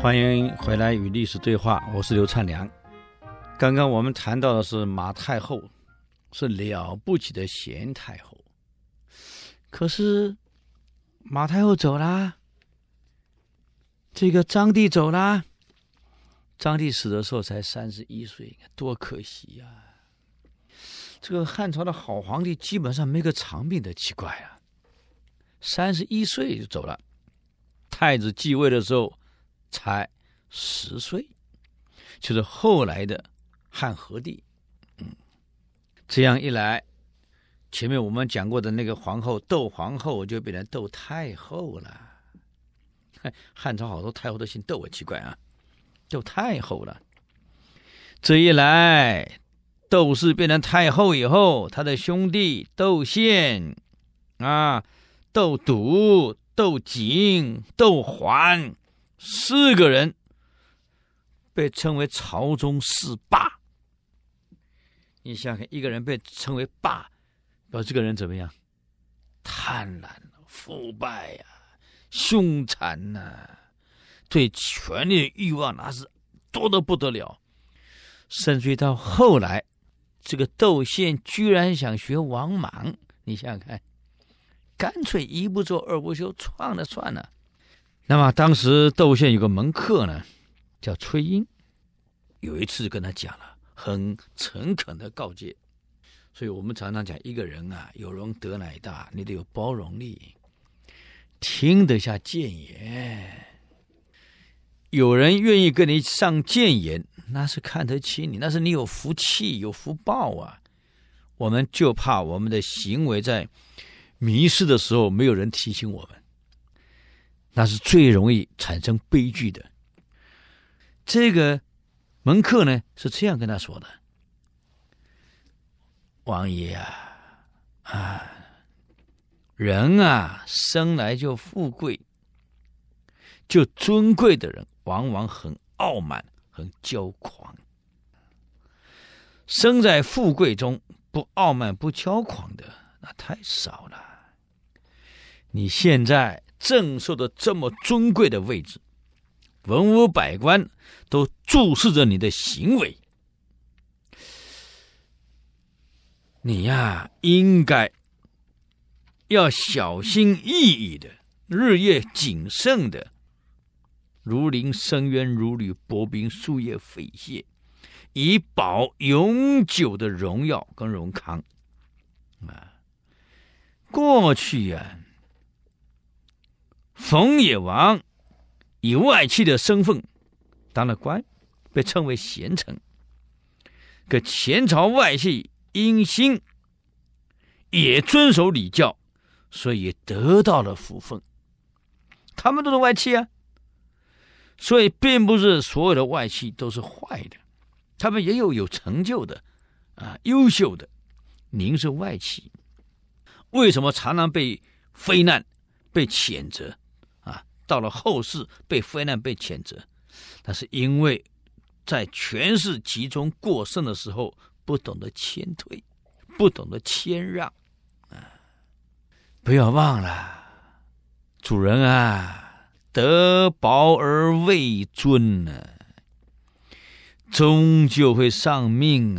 欢迎回来与历史对话，我是刘灿良。刚刚我们谈到的是马太后，是了不起的贤太后。可是马太后走啦，这个张帝走啦。张帝死的时候才31岁，多可惜呀！这个汉朝的好皇帝基本上没个长命的，奇怪啊！31岁就走了。太子继位的时候才10岁，就是后来的汉和帝。这样一来，前面我们讲过的那个皇后窦皇后就变成窦太后了。汉朝好多太后都姓窦，奇怪啊，窦太后了。这一来，窦氏变成太后以后，他的兄弟窦宪窦笃、窦景、窦桓4个人被称为朝中4霸。你想想看，一个人被称为霸，这个人怎么样？贪婪、腐败呀、凶残呐、对权力的欲望那是多得不得了。甚至于到后来，这个窦宪居然想学王莽，你想想看，干脆一不做二不休，创了算了。那么当时窦宪有个门客呢，叫崔莺，有一次跟他讲了很诚恳的告诫。所以我们常常讲，一个人啊，有容德乃大，你得有包容力，听得下谏言。有人愿意跟你上谏言，那是看得起你，那是你有福气有福报啊。我们就怕我们的行为在迷失的时候没有人提醒我们，那是最容易产生悲剧的。这个门客呢是这样跟他说的：王爷人啊生来就富贵，就尊贵的人往往很傲慢很骄狂，生在富贵中不傲慢不骄狂的那太少了。你现在正受的这么尊贵的位置，文武百官都注视着你的行为，你呀应该要小心翼翼的，日夜谨慎的，如临深渊，如履薄冰，夙夜匪懈，以保永久的荣耀跟荣康。过去冯野王以外戚的身份当了官，被称为贤臣。可前朝外戚殷兴也遵守礼教，所以也得到了福分。他们都是外戚啊，所以并不是所有的外戚都是坏的，他们也有成就的优秀的。您是外戚，为什么常常被非难被谴责到了后世被非难被谴责？那是因为在权势集中过剩的时候不懂得谦退，不懂得谦让不要忘了，主人得薄而位尊终究会丧命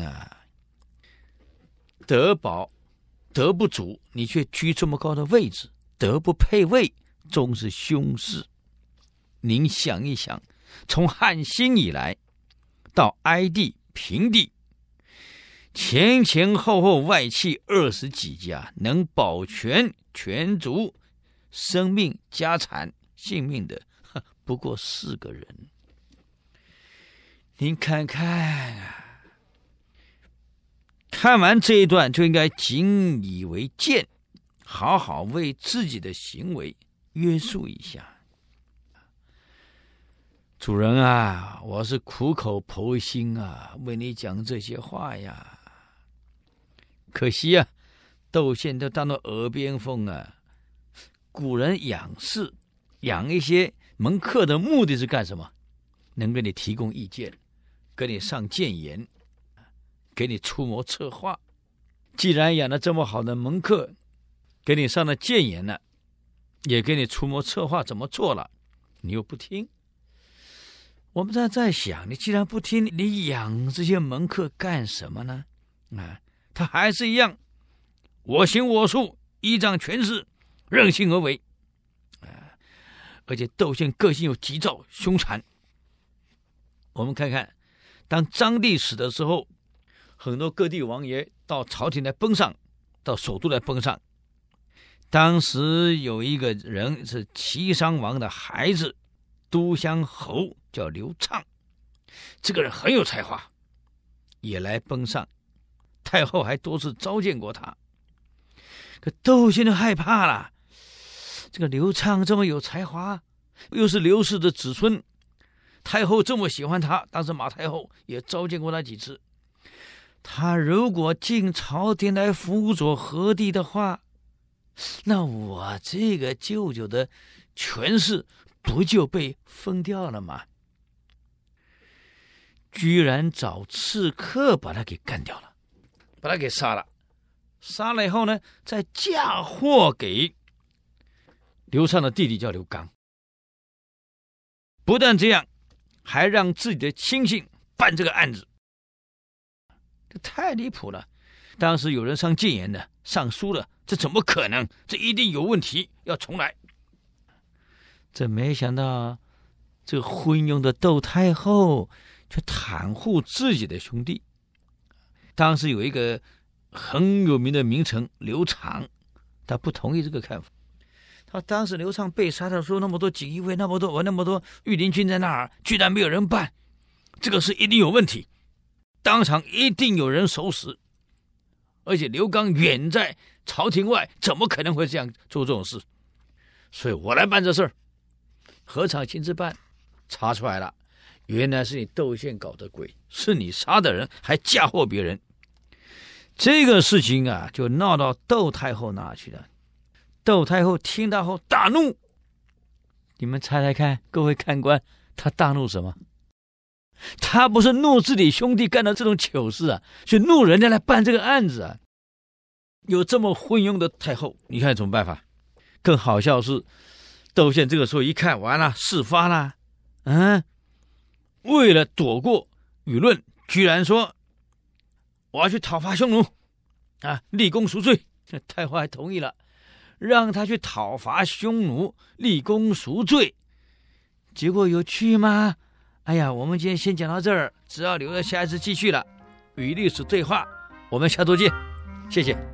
德薄德不足，你却居这么高的位置，德不配位，终是凶事。您想一想，从汉兴以来到哀帝平帝，前前后后外戚20几家，能保全全族生命家产性命的不过4个人。您看看看完这一段就应该谨以为鉴，好好为自己的行为约束一下。主人我是苦口婆心为你讲这些话呀。可惜窦宪都当作耳边风古人养士养一些门客的目的是干什么？能给你提供意见，给你上谏言，给你出谋策划。既然养了这么好的门客，给你上了谏言了，也给你出谋策划怎么做了，你又不听， 我们在想，你既然不听，你养这些门客干什么呢？他还是一样我行我素，依仗权势，任性而为。而且窦宪个性又急躁凶残。我们看看，当张帝死的时候，很多各地王爷到朝廷来奔丧，到首都来奔丧。当时有一个人是齐商王的孩子，都乡侯，叫刘畅。这个人很有才华，也来奔丧。太后还多次召见过他。可窦宪就害怕了，这个刘畅这么有才华，又是刘氏的子孙，太后这么喜欢他，当时马太后也召见过他几次。他如果进朝廷来辅佐何帝的话，那我这个舅舅的权势不就被分掉了吗？居然找刺客把他给干掉了，把他给杀了。杀了以后呢，再嫁祸给刘畅的弟弟叫刘刚。不但这样，还让自己的亲信办这个案子，这太离谱了。当时有人上谏言的，上书了，这怎么可能？这一定有问题，要重来。这没想到，这个昏庸的窦太后却袒护自己的兄弟。当时有一个很有名的名臣刘长，他不同意这个看法。他当时刘畅被杀的时候，那么多锦衣卫，那么多御林军在那儿，居然没有人办，这个事一定有问题，当场一定有人手死。而且刘刚远在朝廷外，怎么可能会这样做这种事？所以我来办这事儿。何尝亲自办？查出来了，原来是你窦宪搞的鬼，是你杀的人，还嫁祸别人。这个事情啊，就闹到窦太后那去了。窦太后听到后大怒。你们猜猜看，各位看官，他大怒什么？他不是怒自己兄弟干的这种糗事啊，是怒人家来办这个案子啊。有这么昏庸的太后，你看怎么办法？更好笑是，窦宪这个时候一看，完了，事发了，为了躲过舆论，居然说我要去讨伐匈奴立功赎罪。太后还同意了，让他去讨伐匈奴，立功赎罪。结果有趣吗？哎呀，我们今天先讲到这儿，只要留着下一次继续了。与历史对话，我们下周见，谢谢。